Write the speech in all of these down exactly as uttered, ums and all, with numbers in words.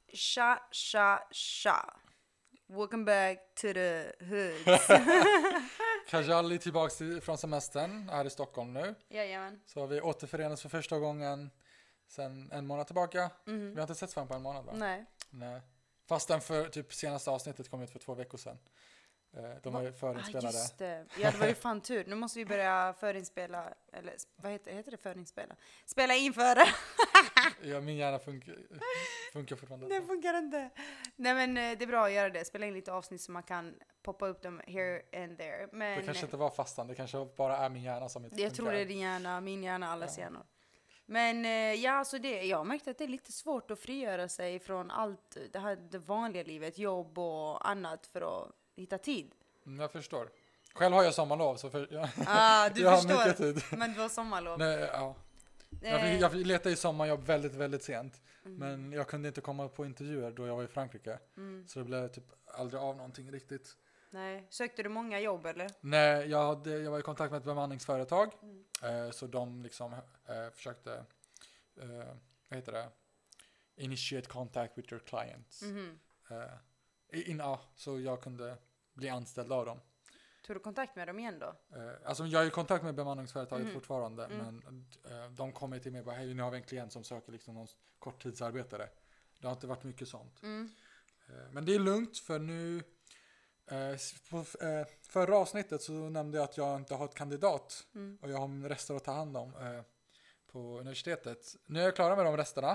Tja, tja, tja. Welcome back to the hoods. Kajali tillbaka till, från semestern, är i Stockholm nu. Jajamän. Så har vi återförenats för första gången sen en månad tillbaka. Mm. Vi har inte sett fram på en månad, va? Nej. Nej. Fastän för typ senaste avsnittet kom ut för två veckor sedan. De var ju förinspelade. Ah, just det. Ja, det var ju fan tur. Nu måste vi börja förinspela. Eller vad heter, heter det? Förinspela? Spela in före. Ja, min hjärna funkar, funkar fortfarande. Det funkar inte. Nej, men det är bra att göra det. Spela in lite avsnitt så man kan poppa upp dem here and there. Men det kanske inte var fastan. Det kanske bara är min hjärna som inte jag funkar. tror det är din hjärna, min hjärna, allas Ja. hjärnor. Men ja, alltså det, jag har märkt att det är lite svårt att frigöra sig från allt det här det vanliga livet, jobb och annat för att hitta tid. Mm, jag förstår. Själv har jag sommarlov så för, jag, Ah, du jag förstår. har mycket tid. Men du har sommarlov. Nej, ja. Eh, Jag, jag letade i sommarjobb väldigt, väldigt sent. Mm. Men jag kunde inte komma på intervjuer då jag var i Frankrike. Mm. Så det blev typ aldrig av någonting riktigt. Nej. Sökte du många jobb eller? Nej, jag, hade, jag var i kontakt med ett bemanningsföretag. Mm. Eh, så de liksom eh, försökte, eh, vad heter det? Initiate contact with your clients. Mm-hmm. Eh, in, ja, så jag kunde bli anställd av dem. Tog du kontakt med dem igen då? Eh, alltså jag är i kontakt med bemanningsföretaget Mm. fortfarande. Mm. Men eh, de kommer till mig och bara, hej, nu har vi en klient som söker liksom någon korttidsarbetare. Det har inte varit mycket sånt. Mm. Eh, men det är lugnt för nu. Eh, på, eh, förra avsnittet så nämnde jag att jag inte har ett kandidat. Mm. Och jag har rester att ta hand om eh, på universitetet. Nu är jag klar med de resterna.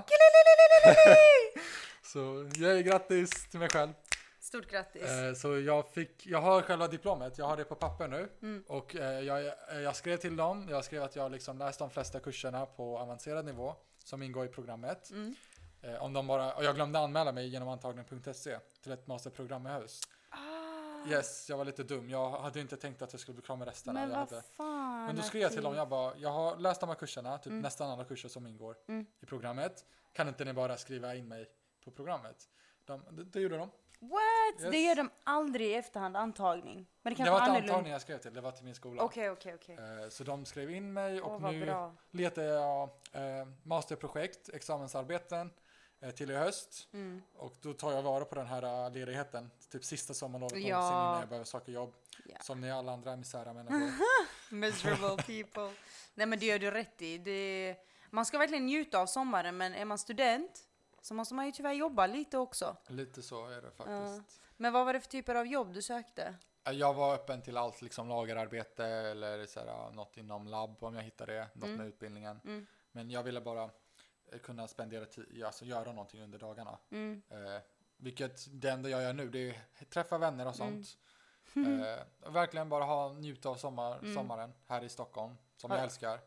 Så jag är grattis till mig själv. Stort grattis. Eh, så jag fick, jag har själva diplomet. Jag har det på papper nu. Mm. Och eh, jag, eh, jag skrev till dem. Jag skrev att jag liksom läst de flesta kurserna på avancerad nivå som ingår i programmet. Mm. Eh, om de bara, och jag glömde anmäla mig genom antagning punkt se till ett masterprogram i höst. Ah, Yes, jag var lite dum. Jag hade inte tänkt att jag skulle bli klar med resten. men jag vad hade, fan. men då skrev jag till dem, Aki. jag bara, jag har läst de här kurserna, typ Mm. nästan alla kurser som ingår Mm. i programmet. Kan inte ni bara skriva in mig på programmet? De, det, det gjorde de. What? Yes. Det gör de aldrig i efterhand antagning. Men det Det kanske var inte annorlunda. antagning jag skrev till, det var till min skola. Okej, okej, okej. Eh, Så de skrev in mig och Åh, vad nu bra. letar jag eh, masterprojekt, examensarbeten eh, till i höst. Mm. Och då tar jag vara på den här uh, ledigheten, typ sista sommarlovet någonsin Ja. innan jag behöver söka jobb. Ja. Som ni alla andra misära människor. Miserable people. Nej, men det gör du rätt i. Det, man ska verkligen njuta av sommaren, men är man student så måste man ju tyvärr jobba lite också. Lite så är det faktiskt. Men vad var det för typer av jobb du sökte? Jag var öppen till allt, liksom lagerarbete eller så här, något inom labb om jag hittar det, något Mm. med utbildningen. Mm. Men jag ville bara eh, kunna spendera tid, alltså göra någonting under dagarna. Mm. Eh, vilket det enda jag gör nu, det är träffa vänner och sånt. Mm. Eh, verkligen bara ha njuta av sommar, Mm. sommaren här i Stockholm, som Ja. jag älskar.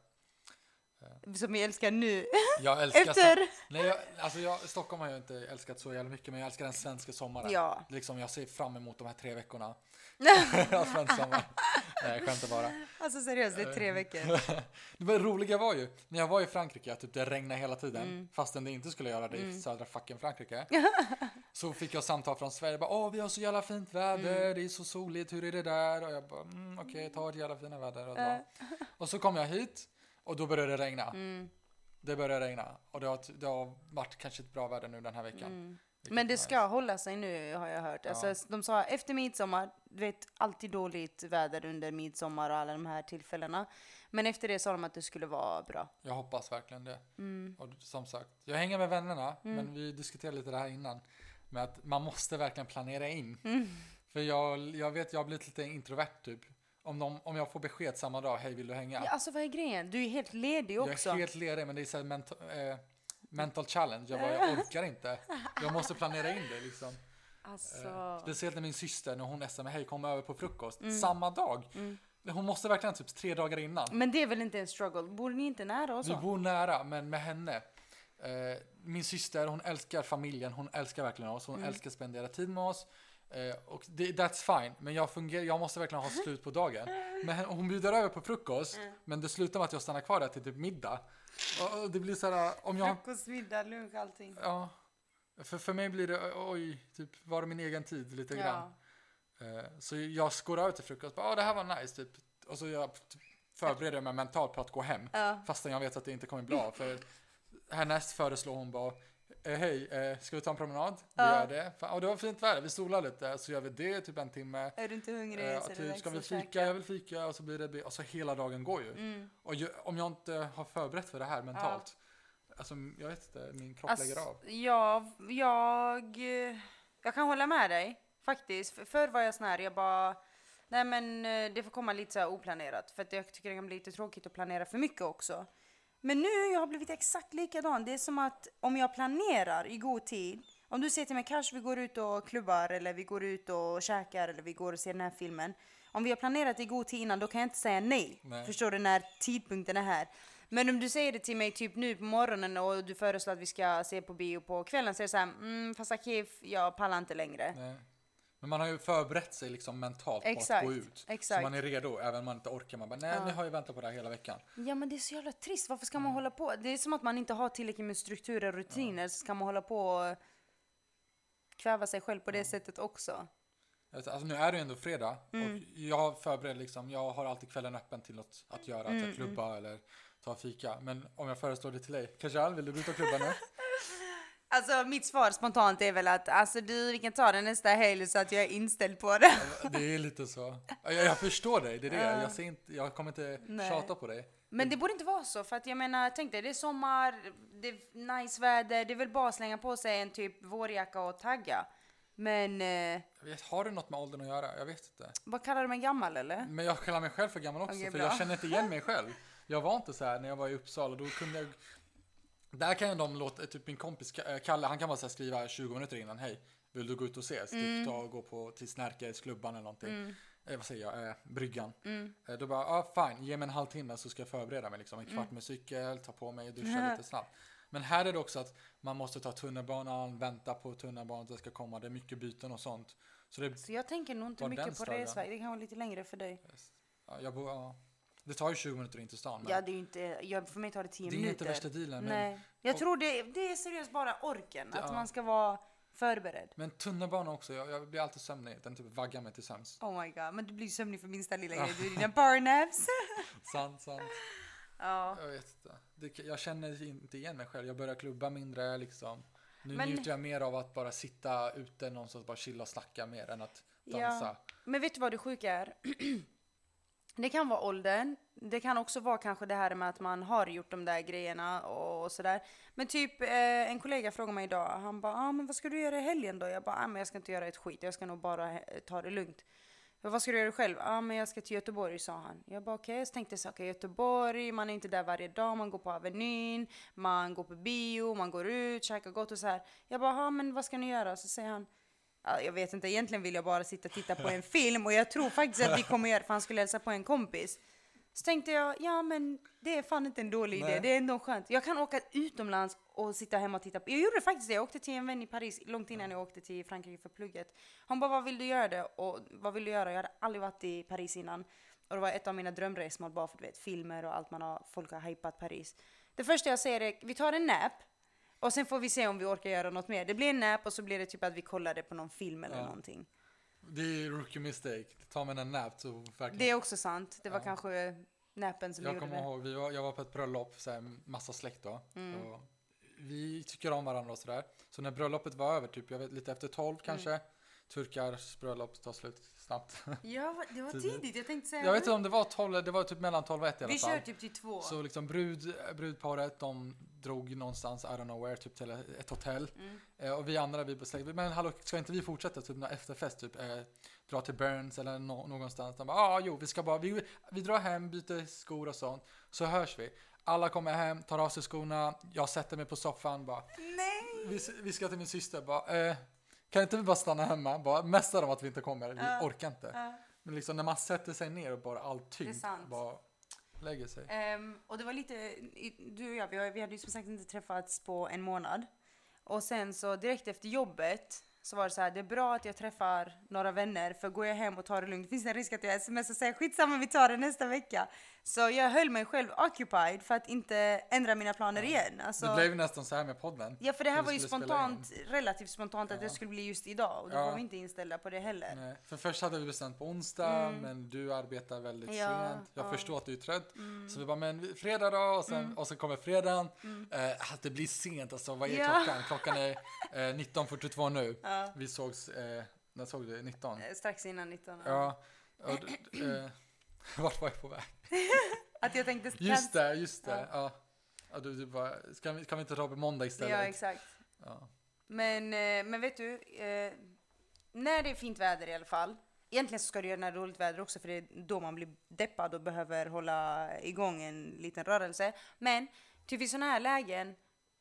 Som jag älskar nu. Jag älskar Efter. Nej, jag, alltså jag, Stockholm har jag inte älskat så jävla mycket, men jag älskar den svenska sommaren. Ja. Liksom jag ser fram emot de här tre veckorna. Av svensk sommar. Nej, jag skämtar bara. Alltså seriöst, det är tre veckor. Det roliga var ju, när jag var i Frankrike, typ det regnade hela tiden, Mm. fastän det inte skulle göra det i Mm. södra fucking Frankrike. Så fick jag samtal från Sverige, bara, åh vi har så jävla fint väder, Mm. det är så soligt, hur är det där? Och jag bara, mm, okej, okay, ta ett jävla fina väder och dra. Eh. Och så kom jag hit, och då började det regna. Mm. Det började regna, och det har, det har varit kanske ett bra väder nu den här veckan. Mm. Vilket Men det är ska hålla sig nu, har jag hört. Ja. Alltså, de sa efter midsommar, du vet, alltid dåligt väder under midsommar och alla de här tillfällena. Men efter det sa de att det skulle vara bra. Jag hoppas verkligen det. Mm. Och som sagt, jag hänger med vännerna, Mm. men vi diskuterade lite det här innan. Med att man måste verkligen planera in. Mm. För jag, jag vet, jag har blivit lite introvert typ. Om, de, om jag får besked samma dag, hej vill du hänga? Ja, alltså vad är grejen? Du är helt ledig jag också. är helt ledig, men det är så här menta- eh, mental challenge. Jag, bara, jag orkar inte. Jag måste planera in det liksom. Alltså. Eh, speciellt när min syster, när hon smsar mig, hej kom över på frukost. Mm. Samma dag. Mm. Hon måste verkligen typ tre dagar innan. Men det är väl inte en struggle? Bor ni inte nära och Vi så? bor nära, men med henne. Eh, min syster, hon älskar familjen. Hon älskar verkligen oss. Hon Mm. älskar att spendera tid med oss. Eh, och det, that's fine. Men jag, fungerar, jag måste verkligen ha slut på dagen. Men hon bjuder över på frukost. Mm. Men det slutar med att jag stannar kvar där till typ middag. Och, och det blir så här, om jag... Frukost, middag, lunch, allting. Ja. För, för mig blir det, oj, typ var det min egen tid lite grann. Ja. Eh, så jag går över till frukost. Ja, det här var nice typ. Och så jag typ, förbereder mig mentalt på att gå hem. Ja. Fastän jag vet att det inte kommer bli bra. För härnäst föreslår hon bara, eh, hej, eh, ska vi ta en promenad? Vi Ja. gör det. Fan, och det var fint väder, vi solade lite, så gör vi det typ en timme. Är du inte hungrig Eh, så är det typ, dags ska vi att fika? käka. Jag vill fika, och så blir det, alltså hela dagen går ju. Mm. Och ju, om jag inte har förberett för det här mentalt, alltså jag vet inte, min kropp Alltså, lägger av. ja, jag, jag kan hålla med dig faktiskt. För, förr var jag sån här, jag bara, nej men eh, det får komma lite så här oplanerat. För att jag tycker det kan bli lite tråkigt att planera för mycket också. Men nu jag har blivit exakt likadan. Det är som att om jag planerar i god tid. Om du säger till mig, kanske vi går ut och klubbar eller vi går ut och käkar eller vi går och ser den här filmen. Om vi har planerat i god tid innan, då kan jag inte säga nej. Nej. Förstår du, när tidpunkten är här. Men om du säger det till mig typ nu på morgonen och du föreslår att vi ska se på bio på kvällen, så är det så här, mm, fast Akif, jag pallar inte längre. Nej. Men man har ju förberett sig liksom mentalt på Exakt, att gå ut. exakt. Så man är redo, även om man inte orkar. Man bara, nej, Ja. nu har jag väntat på det här hela veckan. Ja, men det är så jävla trist. Varför ska man hålla på? Det är som att man inte har tillräckligt med strukturer och rutiner, så ska man hålla på och kväva sig själv på det sättet också. Alltså nu är det ju ändå fredag Mm. och jag förbereder liksom, jag har alltid kvällen öppen till något att göra, Mm, att klubba eller ta fika. Men om jag föreslår det till dig, Kajal, vill du ut och klubba nu? Alltså mitt svar spontant är väl att alltså du, vi kan ta det nästa helg så att jag är inställd på det. Det är lite så. Jag, jag förstår dig, det är det. Ja. Jag, ser inte, jag kommer inte Nej. tjata på dig. Men det borde inte vara så, för att jag menar, tänk dig, det är sommar, det är nice väder, det är väl bara att slänga på sig en typ vårjacka och tagga. Men, eh, Jag vet, har det något med åldern att göra? Jag vet inte. vad kallar du mig, gammal eller? Men jag kallar mig själv för gammal också, Okej, för bra. jag känner inte igen mig själv. Jag var inte så här när jag var i Uppsala, då kunde jag... Där kan de låta, typ min kompis Kalle, han kan bara så här skriva tjugo minuter innan, hej, vill du gå ut och ses? Mm. Typ ta och gå på, till Snärkesklubban eller någonting. Mm. Eh, vad säger jag? Eh, bryggan. Mm. Eh, då bara, ah, fine, ge mig en halvtimme så ska jag förbereda mig liksom. En kvart Mm. med cykel, ta på mig, duscha lite snabbt. Men här är det också att man måste ta tunnelbanan, vänta på tunnelbanan att det ska komma. Det är mycket byten och sånt. Så det, Så jag tänker nog inte Var den mycket på strögen? resväg, det kan vara lite längre för dig. ja, jag bor, ja. Det tar ju tjugo minuter in till stan. Men Ja, det är ju inte, jag, för mig tar det tio det är minuter. inte värsta dealen. Men, Nej, jag och- tror det, det är seriöst bara orken, att Ja. man ska vara förberedd. men tunnelbanan också, jag, jag blir alltid sömnig. Den typ vaggar mig till sömns. Oh my god, men du blir sömnig för minsta lilla grej, du är dina powernaps. Sant, sant. Ja. Jag vet inte. Det, jag känner inte igen mig själv. Jag börjar klubba mindre liksom. Nu Men- njuter jag mer av att bara sitta ute någonstans och bara chilla och snacka mer än att dansa. Ja. Men vet du vad det sjuka är? Det kan vara åldern. Det kan också vara kanske det här med att man har gjort de där grejerna och sådär. Men typ eh, en kollega frågade mig idag. Han bara, ah, men vad ska du göra i helgen då? Jag bara, ah, men jag ska inte göra ett skit. Jag ska nog bara eh, ta det lugnt. Men vad ska du göra själv? Ja, ah, men jag ska till Göteborg, sa han. Jag bara okej, okay. Så tänkte jag så, okay, Göteborg, man är inte där varje dag, man går på Avenyn, man går på bio, man går ut, käkar gott och så här. Jag bara, ah, men vad ska ni göra? Så säger han, ja, jag vet inte, egentligen vill jag bara sitta och titta på en film och jag tror faktiskt att vi kommer göra det för han skulle hälsa på en kompis. Så tänkte jag, ja men det är fan inte en dålig Nej. idé, det är ändå skönt. Jag kan åka utomlands och sitta hemma och titta på. Jag gjorde faktiskt det, jag åkte till en vän i Paris långt innan jag åkte till Frankrike för plugget. Han bara, vad vill du göra det? Och vad vill du göra? Jag hade aldrig varit i Paris innan. Och det var ett av mina drömresmål bara för du vet, filmer och allt man har, folk har hypat Paris. Det första jag säger är, vi tar en nap. Och sen får vi se om vi orkar göra något mer. Det blir en nap och så blir det typ att vi kollar det på någon film eller Ja. någonting. Det är rookie mistake. Ta med en nap så verkligen. Det är också sant. Det var Ja. kanske nappen som Jag gjorde kommer det. ihåg, vi var, jag var på ett bröllop, så här, massa släkt då. Mm. Och vi tycker om varandra och sådär. Så när bröllopet var över, typ jag vet, lite efter tolv kanske. Mm. Turkars bröllop tar slut snabbt. Ja, det var Tidigt. tidigt. Jag tänkte säga... Jag vet inte om det var tolv, det var typ mellan tolv och ett i alla Vi fall. kör typ till två. Så liksom brud, brudparet, de drog någonstans, I don't know where, typ till ett hotell. Mm. Eh, och vi andra, vi beställde, men hallå, ska inte vi fortsätta typ när efterfest, typ eh, dra till Burns eller no- någonstans. De bara, ah, jo, vi ska bara, vi, vi drar hem, byter skor och sånt. Så hörs vi. Alla kommer hem, tar av sig skorna, jag sätter mig på soffan, bara, Nej! vi, vi ska till min syster, bara, eh, kan inte vi bara stanna hemma? Bara mässar om att vi inte kommer, vi Ja. orkar inte. Ja. Men liksom när man sätter sig ner och bara all Det är tyngd sant. bara lägger sig. Ehm, och det var lite, i- du och jag, vi, har, vi hade ju som sagt inte träffats på en månad. Och sen så direkt efter jobbet så var det så här, det är bra att jag träffar några vänner, för går jag hem och tar det lugnt, finns det en risk att jag smsar och säger skitsamma, vi tar det nästa vecka. Så jag höll mig själv occupied för att inte ändra mina planer ja. igen. Alltså, det blev nästan så här med podden. Ja, för det här var ju spontant, relativt spontant, ja. att det skulle bli just idag, och då ja. var vi inte inställda på det heller. Nej. För först hade vi bestämt på onsdag, mm. men du arbetar väldigt ja. sent. Jag ja. förstår att du är trött. Mm. Så vi bara, men fredag då, och sen, mm. och sen kommer fredagen. Mm. Eh, att det blir sent, alltså vad är ja. klockan? Klockan är eh, nitton fyrtiotvå nu. Ja. Vi sågs, eh, när såg du? nitton? Eh, strax innan nitton. Ja. ja. Och, eh, vart var jag på väg? Att jag tänkte... Just det, just det. Ja. Ja. Ja, du, du bara, ska vi, kan vi inte ta på måndag istället? Ja, exakt. Ja. Men, eh, men vet du, eh, när det är fint väder i alla fall, egentligen så ska du göra när det är roligt väder också, för det är då man blir deppad och behöver hålla igång en liten rörelse. Men typ i sådana här lägen,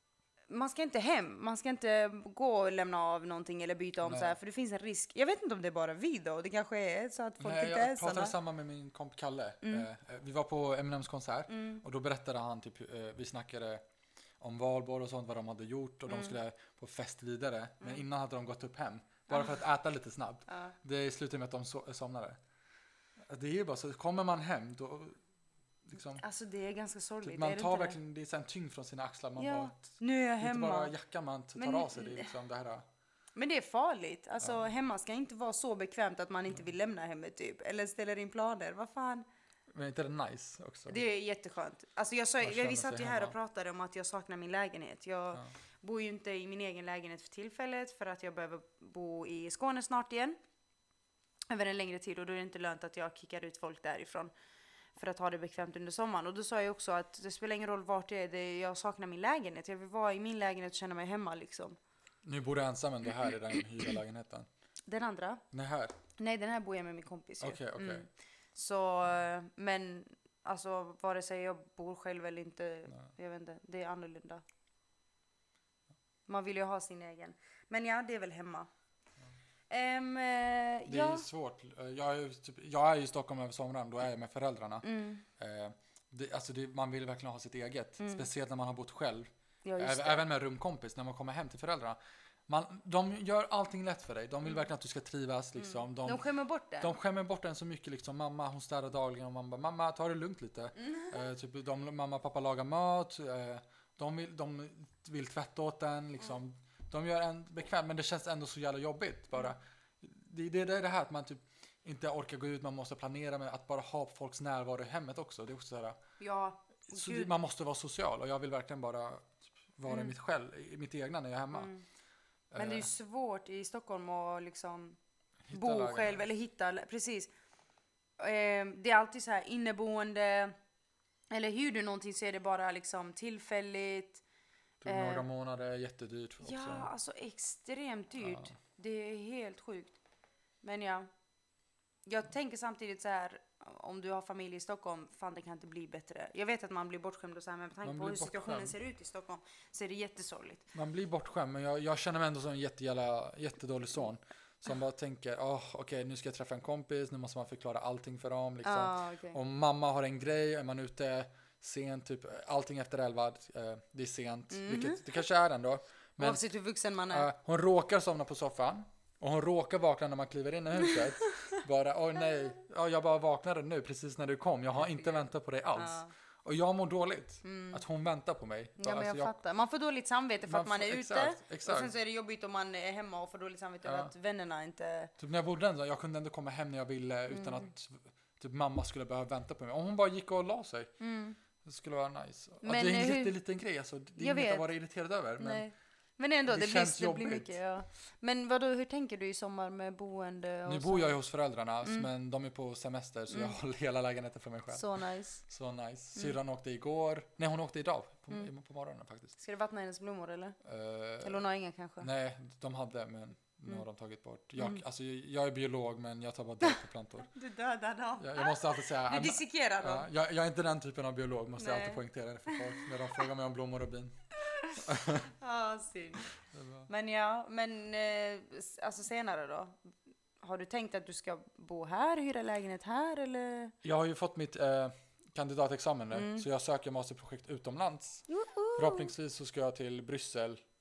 man ska inte hem, man ska inte gå och lämna av någonting eller byta om. Nej. Så här, för det finns en risk. Jag vet inte om det är bara vi då, det kanske är så att folk Nej, inte är jag pratade samma med min komp Kalle. Mm. Eh, vi var på Eminems konsert mm. och då berättade han typ, eh, vi snackade om valborg och sånt, vad de hade gjort, och mm. de skulle på fest vidare, mm. men innan hade de gått upp hem bara för att äta lite snabbt. Ja. Det slutade med att de so- somnade. Det är ju bara så, kommer man hem då liksom, alltså det är ganska sorgligt. Typ man är det tar inte verkligen, det är en tyngd från sina axlar. Man ja, bara, nu är jag hemma. Inte bara jackan man tar men, av sig, det är liksom det här. Men det är farligt. Alltså ja. hemma ska inte vara så bekvämt att man inte vill lämna hemmet typ. Eller ställer in planer, vad fan. Men är inte det nice också? Det är jätteskönt. Alltså jag sa, vi satt ju här och pratade om att jag saknar min lägenhet. Jag ja. bor ju inte i min egen lägenhet för tillfället, för att jag behöver bo i Skåne snart igen. Över en längre tid, och då är det inte lönt att jag kickar ut folk därifrån för att ha det bekvämt under sommaren. Och då sa jag också att det spelar ingen roll vart jag är, det, jag saknar min lägenhet. Jag vill vara i min lägenhet och känna mig hemma liksom. Nu bor du ensam ändå här i den hyrda lägenheten? Den andra? Nej, här? Nej, den här bor jag med min kompis. Okej, okay, okej. Okay. Mm. Så, men alltså vare sig jag bor själv eller inte, Nej. jag vet inte, det är annorlunda. Man vill ju ha sin egen. Men ja, det är väl hemma. Um, uh, det ja. är svårt. Jag är, typ, jag är i Stockholm över sommaren, då är jag med föräldrarna. Mm. Uh, det, alltså det, man vill verkligen ha sitt eget. Mm. Speciellt när man har bott själv. Ja, Ä- även med rumkompis, när man kommer hem till föräldrarna. Man, de gör allting lätt för dig. De vill mm. verkligen att du ska trivas. Liksom. Mm. De, de skämmer bort det. De skämmer bort den så mycket. Liksom. Mamma, hon städar dagligen. Och man bara, mamma, ta det lugnt lite. Mm. Uh, typ, de, mamma och pappa lagar mat. Uh, de, vill, de vill tvätta åt den. Liksom. Mm. De gör en bekväm, men det känns ändå så jävla jobbigt bara. Mm. Det, det, det är det här att man typ inte orkar gå ut, man måste planera, med att bara ha folks närvaro i hemmet också. Det är också så här. Ja. Så det, man måste vara social, och jag vill verkligen bara typ, vara mm. mitt själv, i mitt egna när jag är hemma. Mm. Men eh. det är ju svårt i Stockholm att liksom bo lagen. själv eller hitta, precis. Eh, det är alltid så här inneboende, eller hyr du någonting så är det bara liksom tillfälligt. Typ eh. några månader, jättedyrt också. Ja, alltså extremt dyrt. Ja. Det är helt sjukt. Men ja, jag tänker samtidigt så här, om du har familj i Stockholm, fan det kan inte bli bättre. Jag vet att man blir bortskämd och så här, men med tanke på hur situationen ser ut i Stockholm så är det jättesorgligt. Man blir bortskämd, men jag, jag känner mig ändå som en jättejävla, jättedålig son. Som bara tänker, oh, okej okay, nu ska jag träffa en kompis, nu måste man förklara allting för dem. Liksom. Ah, okay. Om mamma har en grej, är man ute sent, typ allting efter elva, eh, det är sent. Mm. Vilket det kanske är ändå. Men, oavsett hur vuxen man är. Uh, hon råkar somna på soffan. Och hon råkar vakna när man kliver in i huset. Bara, oj nej. Ja, jag bara vaknade nu precis när du kom. Jag har inte väntat på dig alls. Ja. Och jag mår dåligt. Mm. Att hon väntar på mig. Ja, men jag, alltså, jag fattar. Man får dåligt samvete för att man är ute. Exakt, exakt. Och sen så är det jobbigt om man är hemma och får dåligt samvete över ja. att vännerna inte... Typ när jag bodde ändå, jag kunde ändå komma hem när jag ville. Mm. Utan att typ, mamma skulle behöva vänta på mig. Om hon bara gick och la sig. Mm. Det skulle vara nice. Men att det är en hur... jätteliten grej. Alltså, det är jag inget vet. att vara irriterad över. Men... Nej. Men ändå, det, det, blir, det blir mycket. Ja. Men vadå, hur tänker du i sommar med boende? Och nu så? bor jag ju hos föräldrarna, mm. men de är på semester så mm. jag håller hela lägenheten för mig själv. Så nice. Så nice. Syrran mm. åkte igår. Nej, hon åkte idag på, mm. på morgonen faktiskt. Ska du vattna hennes blommor eller? Uh, eller hon har inga kanske? Nej, de hade, men nu mm. har de tagit bort. Jag, mm. alltså, jag är biolog, men jag tar bara död på plantor. Du dödar dem. Jag, jag måste alltid säga... Du dissekerar dem. Uh, jag, jag är inte den typen av biolog, måste Nej. jag alltid poängtera det för folk. När de frågar mig om blommor och bin. Ja, ah, synd. Men ja, men eh, alltså senare då? Har du tänkt att du ska bo här, hyra lägenhet här eller? Jag har ju fått mitt eh, kandidatexamen nu, mm. så jag söker masterprojekt utomlands. Woho! Förhoppningsvis så ska jag till Bryssel,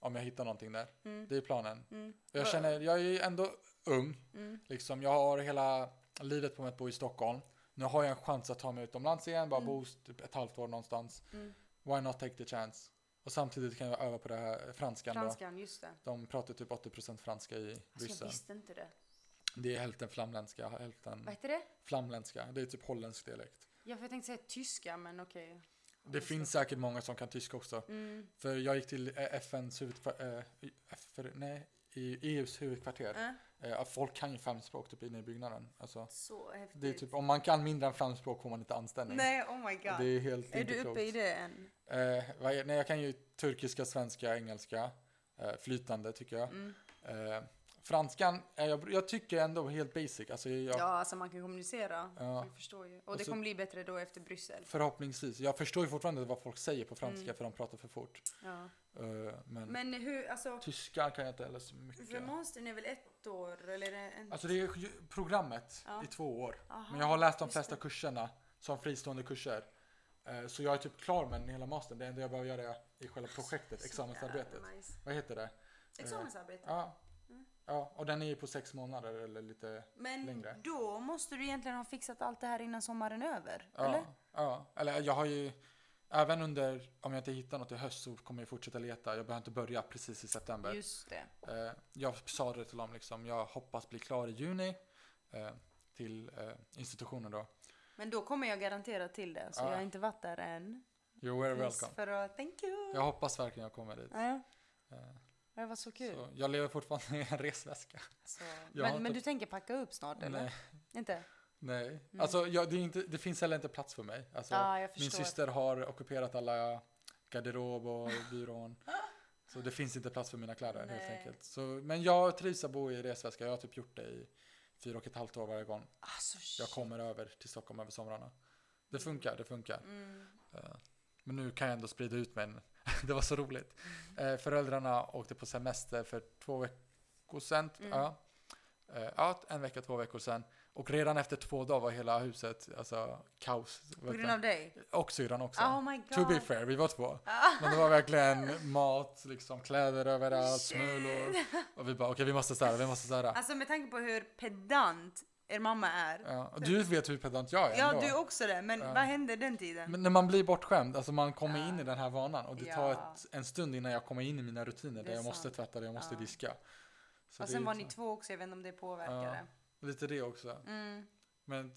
om jag hittar någonting där. Mm. Det är planen. Mm. Jag känner, jag är ändå ung. Mm. Liksom, jag har hela livet på mig att bo i Stockholm. Nu har jag en chans att ta mig utomlands igen, bara Mm. bo typ ett halvt år någonstans. Mm. Why not take the chance? Och samtidigt kan jag öva på det här franskan, Franskan, just det. då. De pratar typ åttio procent franska i Alltså, jag Bryssel. visste inte det. Det är hälften flamländska, hälften Vad heter det? flamländska. Det är typ holländsk dialekt. Ja, för jag tänkte säga tyska, men okej. Det finns säkert många som kan tyska också. Mm. För jag gick till eh, F N:s huvudkvarter, äh, för, nej, i E U:s huvudkvarter. Äh, Eh, folk kan ju fem språk typ inne i byggnaden. Alltså, så häftigt. det är typ, om man kan mindre än fem språk får man inte anställning. Nej, oh my god. Det är helt är inte du uppe klokt. i det än? Eh, vad är, nej, jag kan ju turkiska, svenska, engelska. Eh, flytande tycker jag. Mm. Eh, franskan, är jag, jag tycker ändå helt basic. Alltså, jag, Ja, alltså man kan kommunicera. Ja. Folk förstår ju. Och, Och det så- kommer bli bättre då efter Bryssel. Förhoppningsvis. Jag förstår ju fortfarande vad folk säger på franska Mm. för de pratar för fort. Ja. Eh, men Men hur, alltså, tyska kan jag inte heller så för mycket. mastern är väl ett år, eller är det en? Alltså det är ju programmet Ja. i två år. Aha, Men jag har läst de just flesta det. kurserna som fristående kurser. Eh, Så jag är typ klar med hela mastern. Det enda jag behöver göra är i själva projektet, Så examensarbetet. jävla nice. Vad heter det? Examensarbete. Ja. Mm. Ja, och den är ju på sex månader eller lite Men längre. då måste du egentligen ha fixat allt det här innan sommaren är över, Ja, eller? ja. Eller jag har ju, även under, om jag inte hittar något i höst så kommer jag fortsätta leta. Jag behöver inte börja precis i september. Just det. Eh, jag sa det till dem liksom, jag hoppas bli klar i juni eh, till eh, institutionen då. Men då kommer jag garantera till det, så Ja. jag har inte varit där än. You're very Just welcome. för att, thank you! Jag hoppas verkligen jag kommer dit. Ja, Eh, det var så kul. så jag lever fortfarande i en resväska. Så. Jag har Men, men inte- du tänker packa upp snart, eller? Nej, Inte? nej. Mm. Alltså jag, det, är inte, det finns heller inte plats för mig. Alltså, Ja, jag min förstår. syster har ockuperat alla garderob och byrån. Så det finns inte plats för mina kläder Nej. helt enkelt. Så, men jag trivs att bo i resväska. Jag har typ gjort det i fyra och ett halvt år varje gång Alltså, jag shit. kommer över till Stockholm över somrarna. Det funkar, det funkar. Mm. Eh, Men nu kan jag ändå sprida ut mig. Det var så roligt. Eh, Föräldrarna åkte på semester för två veckor sedan. Mm. Ja. Eh, ja, en vecka, två veckor sedan. Och redan efter två dagar var hela huset alltså kaos. På grund av dig? Och syrran också. Oh my god. To be fair, vi var två. Ah. Men det var verkligen mat, liksom kläder överallt, Shit. smulor. Och vi bara, okej vi måste städa, vi måste städa. Alltså med tanke på hur pedant er mamma är. Ja, och du vet hur pedant jag är Ja, ändå. du också det. Men Ja. vad hände den tiden? Men när man blir bortskämd, alltså man kommer Ja. in i den här vanan och det Ja. tar ett, en stund innan jag kommer in i mina rutiner Det där är jag måste sant. tvätta, där jag måste Ja. diska. Så Och det sen är var liksom- ni två också, jag vet inte om det påverkade. Lite det också. Mm. Men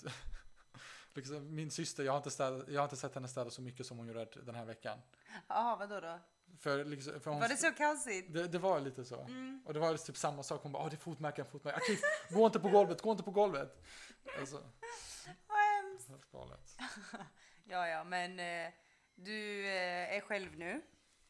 liksom, min syster, jag har, inte städat, jag har inte sett henne städa så mycket som hon gjorde den här veckan. Jaha, vadå då? För, liksom, för hon, Var det så kaosigt? det, det var lite så. Mm. Och det var typ samma sak. Hon bara, åh det är fotmärken, fotmärken. Okej, gå inte på golvet, gå inte på golvet. Alltså, Vad hemskt. helt galet. Ja, ja, men eh, du eh, är själv nu.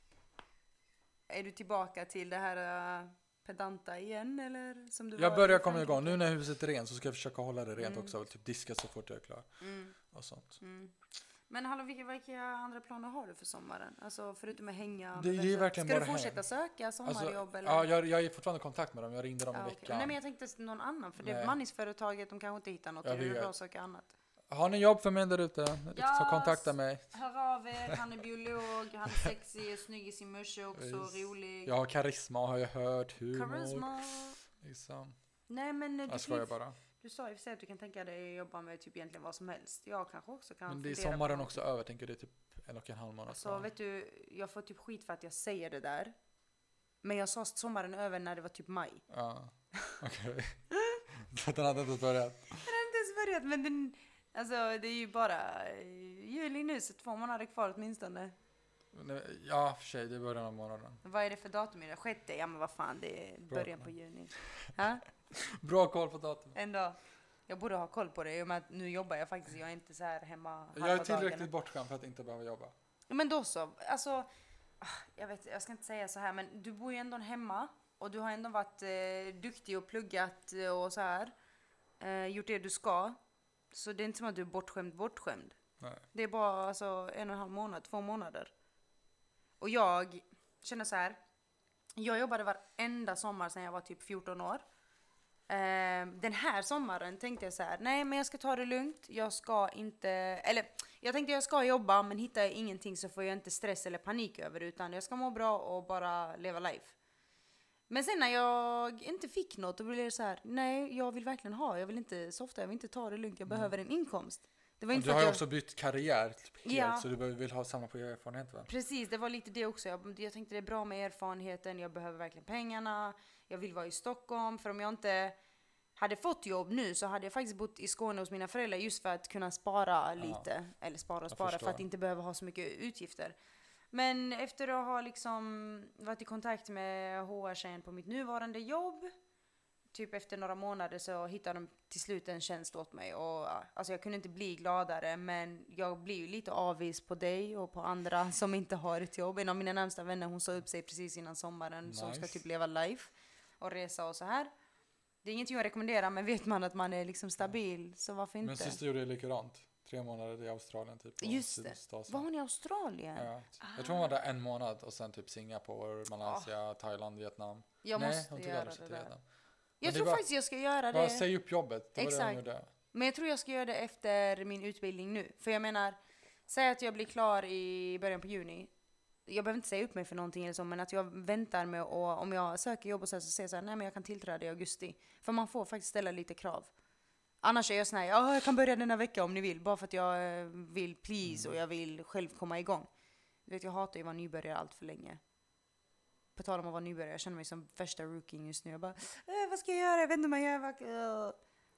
Är du tillbaka till det här eh, pedanta igen, eller som du Jag var börjar i komma Frankrike? igång. Nu när huset är rent så ska jag försöka hålla det rent Mm. också. Och typ diska så fort jag är klar. Mm, Och sånt. mm. Men hallå, vilka, vilka andra planer har du för sommaren? Alltså förutom att hänga Det- med det är vänner. verkligen Ska bara du fortsätta hem. söka sommarjobb? eller? ja, jag, jag är fortfarande i kontakt med dem. Jag ringde dem Ja, i okej. veckan. Nej, men jag tänkte någon annan, för det är Nej. bemanningsföretaget, de kanske inte hittar något. Jag Eller är det vet. bra att söka annat? Har ni jobb för mig där ute? Så Ja, kontakta mig. Hör av er, han är biolog, han är sexig, snygg i sin morse också, Yes. rolig. Jag har karisma har jag hört. Humor. Karisma. Liksom. Nej, men du, Jag skojar kan, bara. du sa ju för sig att du kan tänka dig att jobba med typ egentligen vad som helst. Jag kanske också kan Men det är fundera sommaren på också över. Tänker det är typ en och en halv månad Så kvar. vet du, jag får typ skit för att jag säger det där. Men jag sa sommaren över när det var typ maj. Ja, okej. Så den hade inte börjat. Den har inte ens börjat, men den, alltså det är ju bara eh, juli nu, så två månader kvar åtminstone. Nej, ja, för sig. Det är början av månaden. Vad är det för datum idag? Sjätte? Ja men vad fan, det är Bra. början på juni. Ha? Bra koll på datum. Ändå. Jag borde ha koll på det, i och med att nu jobbar jag faktiskt, jag är inte så här hemma Jag är halva tillräckligt dagarna. bortskämd för att inte behöva jobba. Ja, men då så. Alltså, ah, jag vet, jag ska inte säga så här, men du bor ju ändå hemma och du har ändå varit eh, duktig och pluggat eh, och så här. Eh, gjort det du ska. Så det är inte som att du är bortskämd, bortskämd. Nej. Det är bara alltså, en och en halv månad, två månader. Och jag känner så här. Jag jobbade varenda sommar sedan jag var typ fjorton år. Eh, den här sommaren tänkte jag så här, nej men jag ska ta det lugnt. Jag ska inte, eller jag tänkte jag ska jobba, men hittar jag ingenting så får jag inte stress eller panik över det, utan jag ska må bra och bara leva life. Men sen när jag inte fick något, då blev det så här: nej, jag vill verkligen ha. Jag vill inte softa, jag vill inte ta det lugnt. Jag Mm. behöver en inkomst. Det var Och inte du för har att ju jag... också bytt karriär typ, helt, Ja. så du behöver- vill ha samma på erfarenhet, va? Precis, det var lite det också. Jag, jag tänkte det är bra med erfarenheten, jag behöver verkligen pengarna, jag vill vara i Stockholm. För om jag inte hade fått jobb nu så hade jag faktiskt bott i Skåne hos mina föräldrar just för att kunna spara lite. Eller spara och Jag spara för förstår. att inte behöva ha så mycket utgifter. Men efter att ha liksom varit i kontakt med H R-tjejen på mitt nuvarande jobb, typ efter några månader så hittade de till slut en tjänst åt mig. Och, alltså jag kunde inte bli gladare, men jag blir ju lite avis på dig och på andra som inte har ett jobb. En av mina närmsta vänner, hon sa upp sig precis innan sommaren, Nice. som ska typ leva life och resa och så här. Det är ingenting jag rekommenderar, men vet man att man är liksom stabil, så varför inte? Men sist gjorde jag likadant. Tre månader i Australien typ. och Just det. Sydostasien. Var hon i Australien? Ja. Jag tror hon var där en månad och sen typ Singapore, Malaysia, Thailand, Vietnam. Jag Nej, måste hon tog göra aldrig det sig till där. Vietnam. Jag Men det tror var- faktiskt jag ska göra Bara det. säg upp jobbet, det var det Exakt. hon gjorde. Men jag tror jag ska göra det efter min utbildning nu. För jag menar, säg att jag blir klar i början på juni. Jag behöver inte säga upp mig för någonting eller så, men att jag väntar med och om jag söker jobb och så, här, så säger jag så här: nej men jag kan tillträda i augusti. För man får faktiskt ställa lite krav. Annars är jag sån här: ja jag kan börja denna vecka om ni vill. Bara för att jag eh, vill please och jag vill själv komma igång. Du vet, jag hatar ju att vara nybörjare allt för länge. På tal om att vara nybörjare, jag känner mig som värsta rookie just nu. Jag bara, eh, vad ska jag göra? Jag vet inte vad jag gör.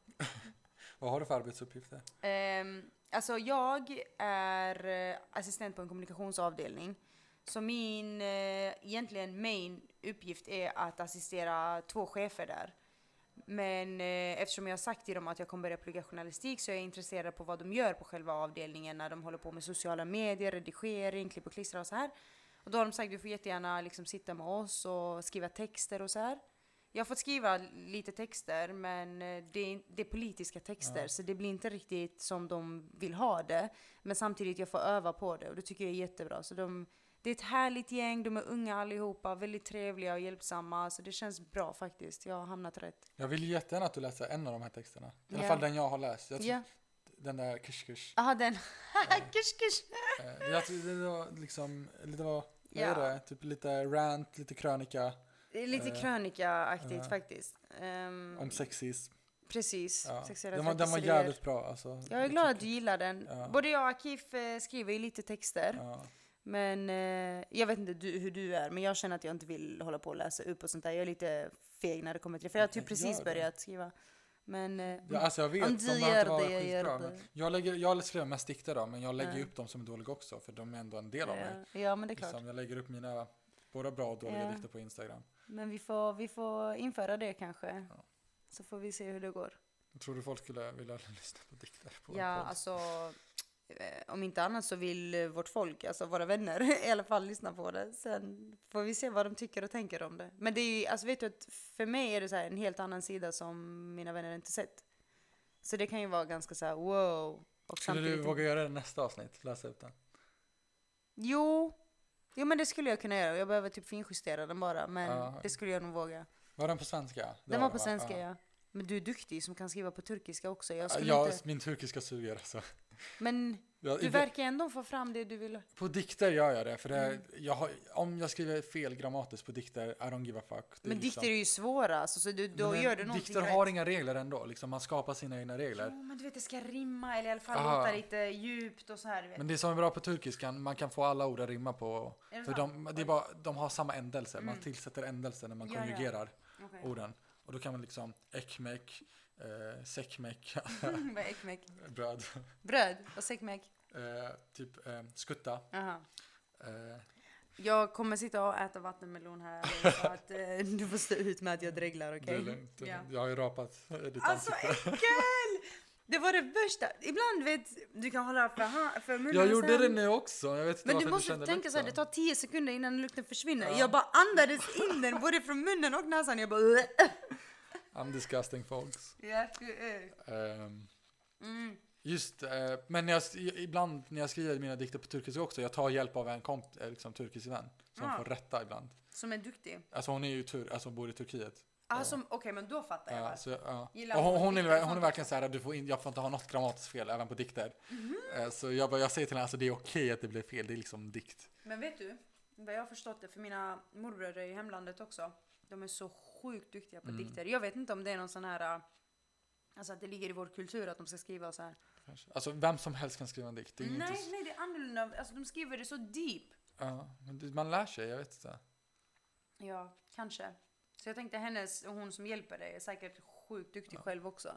Vad har du för arbetsuppgifter? Um, alltså jag är eh, assistent på en kommunikationsavdelning. Så min eh, egentligen main uppgift är att assistera två chefer där. Men eh, eftersom jag har sagt till dem att jag kommer börja plugga journalistik så är jag intresserad på vad de gör på själva avdelningen när de håller på med sociala medier, redigering, klipp och klistra och så här. Och då har de sagt: du får jättegärna liksom sitta med oss och skriva texter och så här. Jag har fått skriva lite texter, men eh, det är, det är politiska texter, Ja. så det blir inte riktigt som de vill ha det. Men samtidigt jag får öva på det och det tycker jag är jättebra. Så de, det är ett härligt gäng, de är unga allihopa, väldigt trevliga och hjälpsamma, så det känns bra faktiskt. Jag har hamnat rätt. Jag vill jättegärna att du läser en av de här texterna. I alla Ja. fall den jag har läst. Jag tror- Ja, Den där kush kush. aha, den. Kush, kush. Eh, jag tror det var liksom, det var, vad Ja. är det? Typ lite rant, lite krönika Det är lite Eh, krönika-aktigt ja. faktiskt. Ehm, om sexism. precis. Ja. Sexuella Den var, den var trakasserier. jävligt bra alltså. Jag är glad att du gillar den. Ja. Både jag och Akif eh, skriver ju lite texter. Ja. Men eh, jag vet inte du, hur du är, men jag känner att jag inte vill hålla på och läsa upp och sånt där. Jag är lite feg när det kommer till det, för jag har typ Gör precis det. börjat skriva. Men eh, Ja, alltså jag vet, om de du behöver gör inte vara det, jag gör skitbra. det. Men jag, lägger, jag skriver mest dikter då, men jag lägger Ja. upp dem som är dåliga också, för de är ändå en del av mig. ja, ja, men det är klart. Liksom, jag lägger upp mina både bra och dåliga Ja. dikter på Instagram. Men vi får, vi får införa det kanske. Ja. Så får vi se hur det går. Jag tror du folk skulle vilja lyssna på dikter på Ja, en podd? alltså eh, om inte annat så vill eh, vårt folk, alltså våra vänner i alla fall, lyssna på det. Sen får vi se vad de tycker och tänker om det. Men det är ju, alltså vet du att för mig är det så här en helt annan sida som mina vänner inte sett. Så det kan ju vara ganska så här wow. Och Skulle du samtidigt- våga göra det nästa avsnitt? Läsa upp den? Jo, jo men det skulle jag kunna göra. Jag behöver typ finjustera den bara, men Ja. det skulle jag nog våga. Var den på svenska? Det Den var det, på va? svenska, ja. Men du är duktig som kan skriva på turkiska också. Jag Ja, skulle jag, inte... min turkiska suger alltså. Men Jag, du verkar ändå få fram det du vill. På dikter gör jag det, för det är, Mm. jag har, om jag skriver fel grammatiskt på dikter, I don't give a fuck. Det är Men liksom- dikter är ju svåra, alltså, så du, då Men gör du någonting dikter rätt. har inga regler ändå, liksom, man skapar sina egna regler. Jo, men du vet det ska rimma eller i alla fall Aha. låta lite djupt och så här. Du vet. Men det som är bra på turkiskan, man kan få alla ord att rimma på. Är det För sant? de, det är bara, de har samma ändelse, man Mm. tillsätter ändelse när man Ja, ja. konjugerar Okej. orden. Och då kan man liksom ekmek, eh, sekmek, Vad är ekmek? bröd, Bröd och sekmek. eh, typ eh, skutta. Aha. Eh, Jag kommer sitta och äta vattenmelon här så att eh, du får stå ut med att jag dreglar, det okej? är lugnt. Ja. Jag har ju rapat eh, ditt Alltså ansikte. äckel! Det var det värsta. Ibland vet du kan hålla för, ha- för munnen Jag så gjorde här. det nu också. Jag vet inte Men varför du måste kände tänka så här, det lukten. tar tio sekunder innan lukten försvinner. Ja. Jag bara andades in den både från munnen och näsan. Jag bara... I'm disgusting folks. Ja, Ehm, mm. just, eh, men när jag, ibland när jag skriver mina dikter på turkiska också, jag tar hjälp av en komp, eh, liksom, turkisk vän som Ja. får rätta ibland. Som är duktig. Alltså hon är ju tur, alltså hon bor i Turkiet. Alltså, okej, men då fattar jag. Ja, Ja, så, ja. Gillar Och hon, hon hon, dikter är, och hon är sånt verkligen så här att du får in, jag får inte ha något grammatiskt fel även på dikter. Mhm. Eh, så jag, bara, jag säger till henne, alltså det är okej att det blir fel, det är liksom dikt. Men vet du, vad jag har förstått det, för mina morbröder i hemlandet också. De är så sjukt duktiga på Mm. dikter. Jag vet inte om det är någon sån här... uh, Alltså att det ligger i vår kultur att de ska skriva så här. Kanske. Alltså vem som helst kan skriva en dikt. Det är Nej, inte... nej, det är annorlunda. Alltså de skriver det så deep. Ja, men det, man lär sig, jag vet inte. Ja, kanske. Så jag tänkte hennes, hon som hjälper dig är säkert sjukt duktig Ja. själv också.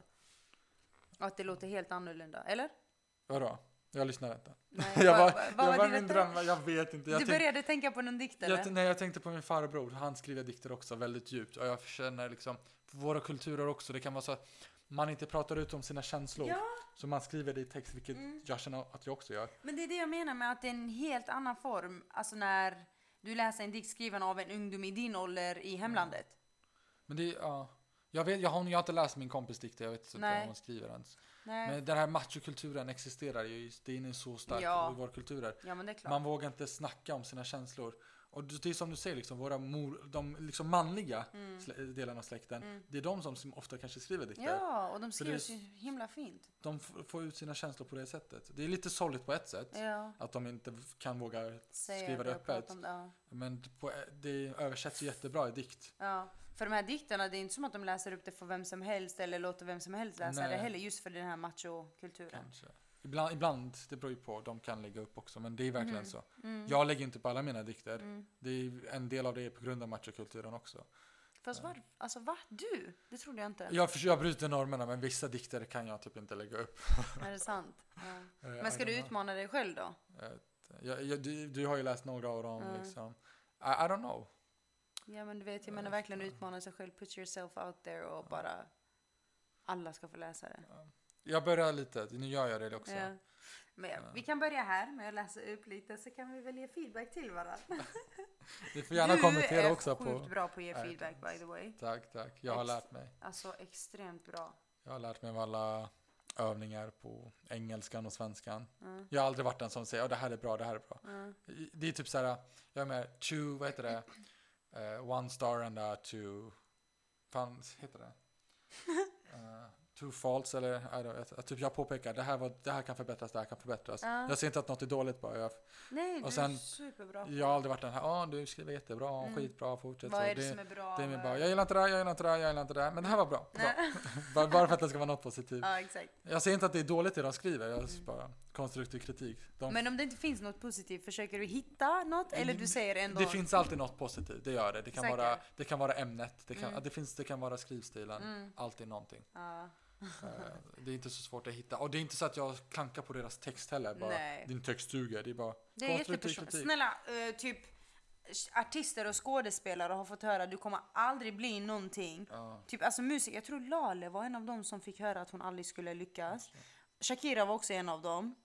Och att det låter helt annorlunda, eller? Vadå? Jag lyssnar inte. Nej, jag vad- var, vad jag var var det min rätta? dröm, jag vet inte. Jag Du tänk, började tänka på någon dikt, eller? jag, nej, jag tänkte på min farbror. Han skriver dikter också väldigt djupt. Och jag känner liksom, våra kulturer också, det kan vara så att man inte pratar ut om sina känslor. Ja. Så man skriver det i text, vilket Mm. jag känner att jag också gör. Men det är det jag menar med att det är en helt annan form. Alltså när du läser en dikt skriven av en ungdom i din ålder i hemlandet. Men det, ja. Jag, vet, jag, har, jag har inte läst min kompis dikter, jag vet inte Nej. vad hon skriver ens. Nej. Men den här machokulturen existerar ju, den är så stark Ja. i våra kulturer. Ja, men det är klart. Man vågar inte snacka om sina känslor. Och det är som du säger, liksom, våra mor, de liksom manliga Mm. slä, delarna av släkten, Mm. det är de som, som ofta kanske skriver dikter. Ja, och de Så skriver det är så himla fint. De f- får ut sina känslor på det sättet. Det är lite sorgligt på ett sätt, Ja. att de inte kan våga Säga skriva det och prata öppet. om det, ja. Men på, det översätts ju jättebra i dikt. Ja, för de här dikterna, det är inte som att de läser upp det för vem som helst eller låter vem som helst läsa Nej. det heller, just för den här machokulturen. Kanske. Ibland, ibland, det beror ju på, de kan lägga upp också, men det är verkligen Mhm. så. Mm. Jag lägger inte på alla mina dikter. Mm. Det är en del av det är på grund av machokulturen också. Fast var, alltså va? Du? Det trodde jag inte. Jag, försöker, jag bryter normerna, men vissa dikter kan jag typ inte lägga upp. Är det sant? Ja. Eh, Men ska I du don't know. utmana dig själv då? Eh, Jag, jag, du, du har ju läst några av dem Mm. liksom. I, I don't know. Ja, men du vet, jag menar Ja, verkligen ja. utmana sig själv, put yourself out there och bara alla ska få läsa det. Jag börjar lite, nu gör jag det också. Ja. Men ja, Ja. vi kan börja här med att läsa upp lite så kan vi väl ge feedback till varandra. Du får gärna kommentera Du är också sjukt på... bra på att ge Nej, feedback by the way. Tack, tack. Jag har Ex- lärt mig. Alltså extremt bra. Jag har lärt mig av alla övningar på engelskan och svenskan. Mm. Jag har aldrig varit den som säger, ja det här är bra, det här är bra. Mm. Det är typ så här, jag är med, two, vad heter det? Eh, one star and a two, fan heter det? Eh, two faults eller, I don't, know, typ jag påpekar, det här, var, det här kan förbättras, det här kan förbättras. Ja. Jag ser inte att något är dåligt bara. Jag, Nej, Och du sen- är superbra. jag har aldrig varit den här, ja du skriver jättebra, Mm. skitbra, fortsätt Vad så. är det, det, som är bra? det är min med- bara, jag gillar inte det här, jag gillar inte det här, jag gillar inte det här, men det här var bra. bra. Nej. bara, bara för att det ska vara något positivt. Ja, exakt. Jag säger inte att det är dåligt det de skriver, jag Mm. bara konstruktiv kritik. De, Men om det inte finns något positivt, försöker du hitta något? Eller du säger ändå... det finns alltid något positivt, det gör det. Det kan, Säker? vara, det kan vara ämnet, det kan, Mm. det finns, det kan vara skrivstilen, Mm. alltid någonting. Ja. Eh, det är inte så svårt att hitta. Och det är inte så att jag klankar på deras text heller. Bara, Nej. din text suger. Det är bara Det är konstruktiv jättepersonligt. kritik. Snälla, eh, typ artister och skådespelare har fått höra du kommer aldrig bli någonting. Ja, Typ alltså musik, jag tror Lale var en av dem som fick höra att hon aldrig skulle lyckas. Shakira var också en av dem.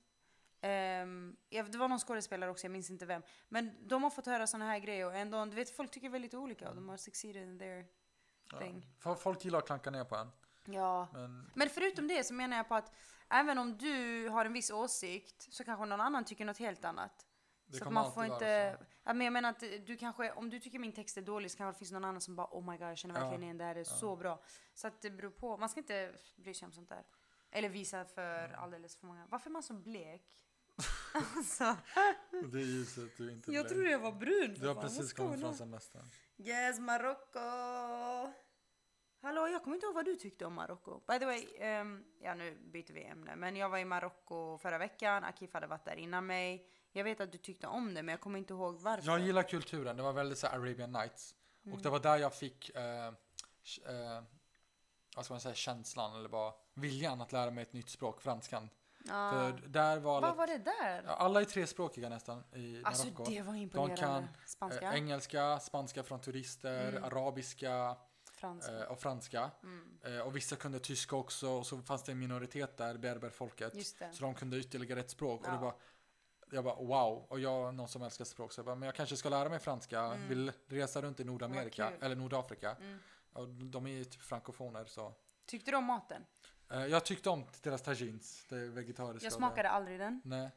Ehm, ja, det var någon skådespelare också, jag minns inte vem. Men de har fått höra såna här grejer och ändå, du vet folk tycker väldigt olika och de har succeeded in their thing. ja. Folk gillar att klanka ner på en. Ja. Men Men förutom det så menar jag på att även om du har en viss åsikt så kanske någon annan tycker något helt annat. det Så att kommer man får alltid inte... vara så. Ja, men jag menar att du kanske, om du tycker min text är dålig så kanske det finns någon annan som bara oh my god jag känner verkligen Ja. igen det här är så bra. Så att det beror på, man ska inte bry sig om sånt där. Eller visa för alldeles för många. Varför är man så blek? alltså, Det är ljuset du inte jag blev. tror jag var brun för Du har fan. precis What's kommit going från on? semestern. Yes, Marocko! Hallå, jag kommer inte ihåg vad du tyckte om Marocko. By the way, ehm, ja nu byter vi ämne. Men jag var i Marocko förra veckan. Akif hade varit där innan mig. Jag vet att du tyckte om det, men jag kommer inte ihåg varför. Jag gillar kulturen. Det var väldigt så här Arabian Nights. Mm. Och det var där jag fick eh, sh- eh, vad ska man säga, känslan eller bara viljan att lära mig ett nytt språk, franskan. Ja. För där var, Vad lite- var det där? ja, alla är trespråkiga nästan i Alltså Marocko. det var imponerande. kan, Spanska, Eh, engelska, spanska från turister, Mm. arabiska franska. eh, och franska. Mm. Eh, och vissa kunde tyska också, och så fanns det en minoritet där, berberfolket. Just det. Så de kunde ytterligare ett språk. Ja. Och det var, jag bara wow, och jag någon som älskar språk, så jag bara, men jag kanske ska lära mig franska, Mm. vill resa runt i Nordamerika, kul. eller Nordafrika. Mm. Och de är ju typ frankofoner så. Tyckte du om maten? Eh, jag tyckte om deras tagines, det vegetariska. Jag och smakade aldrig den. Det. Nej.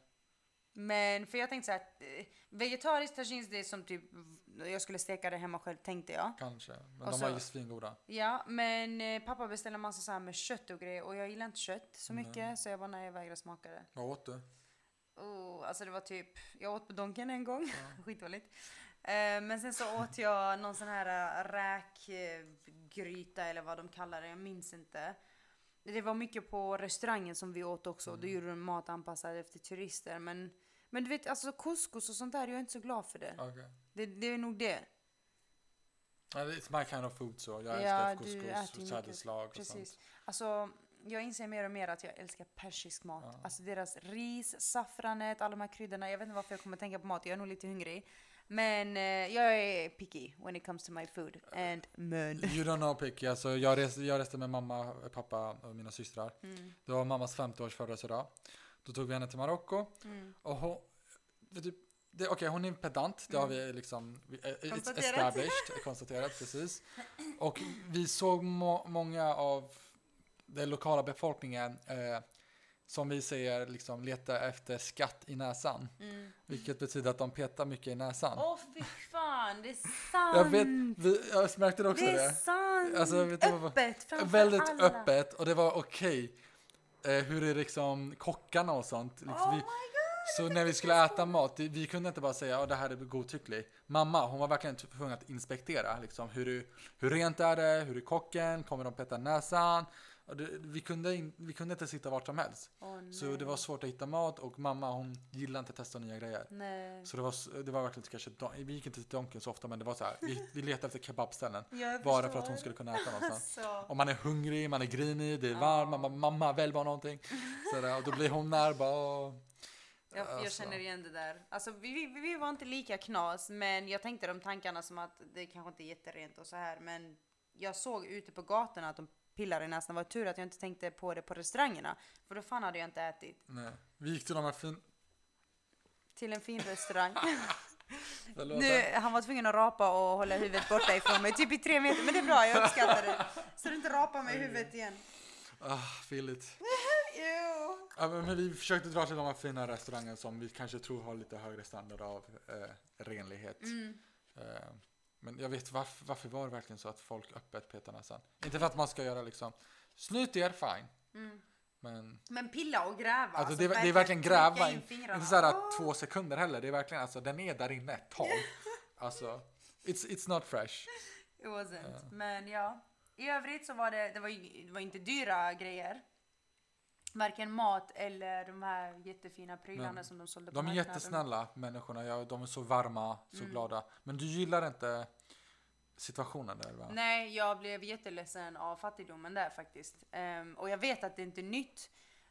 Men för jag tänkte så här, att eh, vegetariskt tagines det är som typ, jag skulle steka det hemma själv tänkte jag. Kanske, men Och de så- var ju svingoda. Ja, men eh, pappa beställde en massa så här med kött och grejer och jag gillar inte kött så Nej. mycket så jag bara nej jag vägrar smaka det. Vad åt du? Oh, alltså det var typ, jag åt på Donken en gång, skitdåligt. Eh, men sen så åt jag någon sån här äh, räkgryta eller vad de kallar det, jag minns inte. Det var mycket på restaurangen som vi åt också. Mm. Då gjorde de mat anpassad efter turister. Men, men du vet, alltså couscous och sånt där, jag är inte så glad för det. Okay. Det, det är nog det. It's my kind of food, så jag ja, älskar couscous och sädeslag och sånt. Alltså, jag inser mer och mer att jag älskar persisk mat. Ja. Alltså deras ris, saffranet, alla de här kryddorna. Jag vet inte varför jag kommer tänka på mat, jag är nog lite hungrig. Men eh, jag är picky when it comes to my food. And men. You don't know picky. Alltså, jag, reste, jag reste med mamma, pappa och mina systrar. Mm. Det var mammas femtio-års födelsedag. Då tog vi henne till Marocko. Mm. Och hon, typ, det, okay, hon är pedant. Det mm. har vi liksom it's established. Konstaterat, precis. Och vi såg må, många av den lokala befolkningen eh, som vi säger liksom leta efter skatt i näsan. Mm. Vilket betyder att de petar mycket i näsan. Åh, oh, fy fan, det är sant. Jag vet, vi, jag märkte också det. Det är sant. Alltså, vet öppet framför väldigt alla. Öppet, och det var okej. Okay. Eh, hur är liksom kockarna och sånt. Liksom, oh vi, my God, så när vi skulle äta mat, vi kunde inte bara säga att oh, det här är godtyckligt. Mamma, hon var verkligen tvungen att inspektera. Liksom, hur, hur rent är det? Hur är kocken? Kommer de peta näsan? Det, vi, kunde in, vi kunde inte sitta vart som helst. Oh, så det var svårt att hitta mat. Och mamma, hon gillade inte att testa nya grejer. Nej. Så det var, det var verkligen kanske, vi gick inte till Donken så ofta, men det var så här, vi, vi letade efter kebabställen. Bara för att hon skulle kunna äta någonstans. Om man är hungrig, man är grinig, det är varmt, oh. mamma, mamma välj bara någonting. Så där, och då blir hon närbar. Och, jag, jag alltså. känner igen det där. Alltså, vi, vi, vi var inte lika knas, men jag tänkte de tankarna som att det kanske inte är jätterent och så här. Men jag såg ute på gatorna att de pillar i nästan. Var tur att jag inte tänkte på det på restaurangerna. För då fan hade jag inte ätit. Nej. Vi gick till de här fin... Till en fin restaurang. Nu, han var tvungen att rapa och hålla huvudet borta ifrån mig. Typ i tre meter. Men det är bra, jag uppskattar det. Så du inte rapar mig i huvudet igen. Ah, fylligt. Ja, men vi försökte dra till de här fina restaurangerna som vi kanske tror har lite högre standard av eh, renlighet. Mm. Eh, Men jag vet varför, varför var det verkligen så att folk öppet petar näsan. Inte för att man ska göra liksom snyt er, fine. Mm. Men, men pilla och gräva. Alltså, alltså det, det är verkligen gräva. In, inte så här oh. två sekunder heller. Det är verkligen, alltså den är där inne ett tag. Alltså, it's, it's not fresh. It wasn't. Uh. Men ja, i övrigt så var det, det var, det var inte dyra grejer. Varken mat eller de här jättefina prylarna men, som de sålde på de är marknaden. Jättesnälla människorna. Ja, de är så varma, så mm. glada. Men du gillar inte situationen där, va? Nej, jag blev jätteledsen av fattigdomen där faktiskt. Um, och jag vet att det inte är nytt.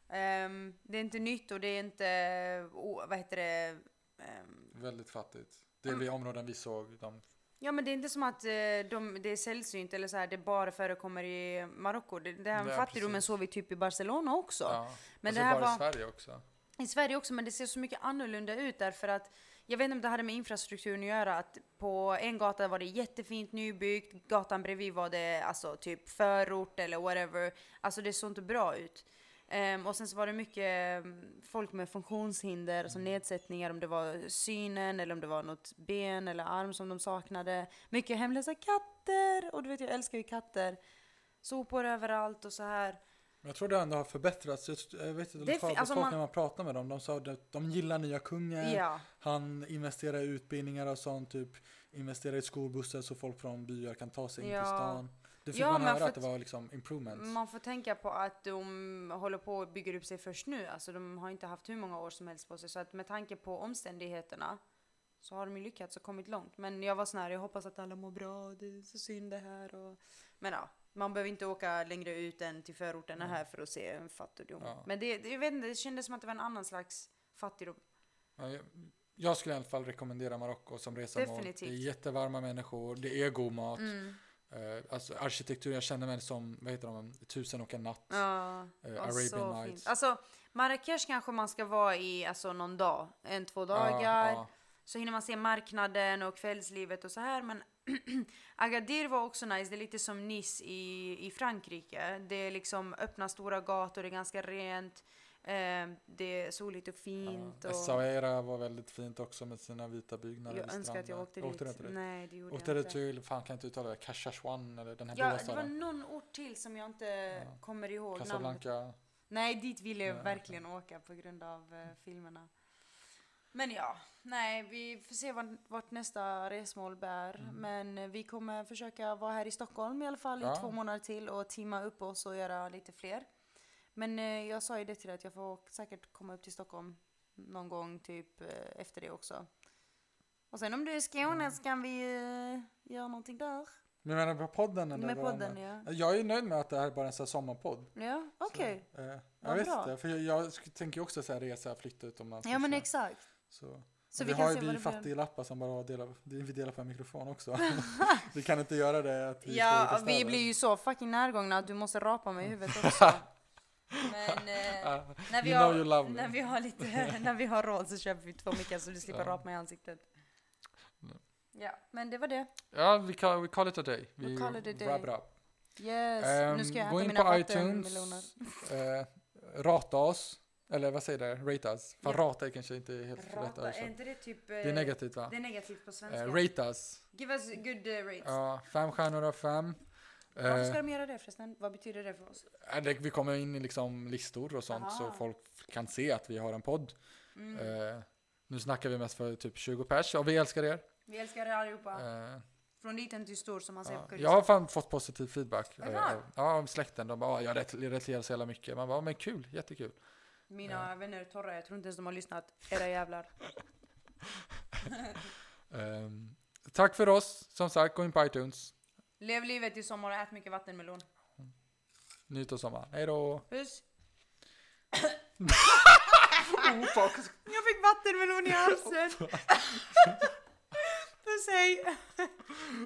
Um, det är inte nytt och det är inte, oh, vad heter det? Um, Väldigt fattigt. Det är vi områden vi såg. De... Ja, men det är inte som att de, det är sällsynt eller så här, det bara förekommer i Marocko. Det, det här med fattigdomen såg vi typ i Barcelona också. Ja. Men och det så här bara var i Sverige också. I Sverige också, men det ser så mycket annorlunda ut där för att jag vet inte om det hade med infrastrukturen att göra, att på en gata var det jättefint nybyggt, gatan bredvid var det alltså typ förort eller whatever. Alltså det såg inte bra ut. Um, och sen så var det mycket um, folk med funktionshinder, mm. alltså nedsättningar, om det var synen eller om det var något ben eller arm som de saknade. Mycket hemlösa katter, och du vet jag älskar ju katter. Sopor överallt och så här. Jag tror det ändå har förbättrats. Jag, jag vet inte, alltså folk man... när man pratar med dem, de sa att de gillar nya kungen. Ja. Han investerar i utbildningar och sånt, typ investerar i skolbussar så folk från byar kan ta sig in ja. till stan. Det fick ja, man höra att, att det var liksom improvements. Man får tänka på att de håller på att bygga upp sig först nu. Alltså de har inte haft hur många år som helst på sig. Så att med tanke på omständigheterna så har de ju lyckats och kommit långt. Men jag var snär, jag hoppas att alla mår bra. Det är så synd det här. Och... Men ja, man behöver inte åka längre ut än till förorterna mm. här för att se en fattigdom. Ja. Men det, jag vet inte, det kändes som att det var en annan slags fattigdom. Ja, jag, jag skulle i alla fall rekommendera Marocko som resemål. Definitivt. Det är jättevarma människor, det är god mat. Mm. Uh, alltså arkitektur, jag känner mig som, vad heter de, Tusen och en natt. Ja, uh, Arabian Nights. Fint. Alltså Marrakesh kanske man ska vara i alltså någon dag, en, två dagar. Ja, ja. Så hinner man se marknaden och kvällslivet och så här. Men Agadir var också nice. Det är lite som Nice i, i Frankrike. Det är liksom öppna stora gator, det är ganska rent. Eh, det är soligt och fint. Ja. Och... Essaouira var väldigt fint också med sina vita byggnader. Jag önskar att jag åkte dit. Åkte dit. Nej, det gjorde åkte jag inte. Till, fan kan jag inte uttala det, Kashachuan eller den här ja, blåa det staden. var någon ort till som jag inte ja. kommer ihåg. Casablanca. Namnet. Nej, dit ville jag Nej, verkligen okay. åka på grund av uh, filmerna. Men ja, nej, vi får se vart, vart nästa resmål bär. Mm. Men vi kommer försöka vara här i Stockholm i alla fall Ja. i två månader till och teama upp oss och göra lite fler. Men eh, jag sa ju det till dig att jag får säkert komma upp till Stockholm någon gång typ eh, efter det också. Och sen om du är i Skåne Mm. så kan vi eh, göra någonting där. Men menar på podden? Eller Med vad podden, menar? ja. Jag är nöjd med att det här är bara en sån här sommarpodd. Ja, okej. Så, eh, jag Vad vet bra. inte, för jag, jag sk- tänker ju också så här resa, flytta utomlands. Ja, men så. exakt. Så. Så vi, vi kan har se ju vad vi det blir. fattiglappar som bara delar, vi delar på en mikrofon också. Vi kan inte göra det att vi Ja, står lite vi städer. blir ju så fucking närgångna att du måste rapa mig i huvudet också. Men eh, Ah, när, vi you know har, you love me. när vi har lite, när vi har råd så köper vi två mickar så du slipper Ja. rapa mig i ansiktet. Ja, men det var det. Ja, vi call, we call it a day. Vi We call it a day. wrap it up. Yes, Ehm, nu ska jag gå äta in mina på iTunes. vattenmeloner. Eh, rata oss. Eller vad säger det? Rate us. För Ja. rata är kanske inte helt rätt Rata, är översatt. inte det typ... Det är negativt va? Det är negativt på svenska. Eh, rate us. Give us good uh, rates. Ja, fem stjärnor av fem. Varför Eh, ska de göra det förresten? Vad betyder det för oss? eh, det, vi kommer in i liksom listor och sånt Aha. så folk kan se att vi har en podd. Mm. Eh, nu snackar vi mest för typ tjugo pers och vi älskar er. Vi älskar er allihopa. Eh, Från liten till stor som man säger ja. på kurdiska. Jag har fan fått positiv feedback. Är det Eh, sant? av- ja, av släkten. De bara, "Ah, jag ret- relaterar så jävla mycket. Man bara, men kul, jättekul. Mina vänner är torra, jag tror inte ens de har lyssnat. Era jävlar. Ehm, tack för oss. Som sagt, gå in på iTunes. Lev livet i sommar och ät mycket vattenmelon. Njut av sommaren. Hej då. Puss. Oh, fuck. Jag fick vattenmelon i halsen. Puss, hej.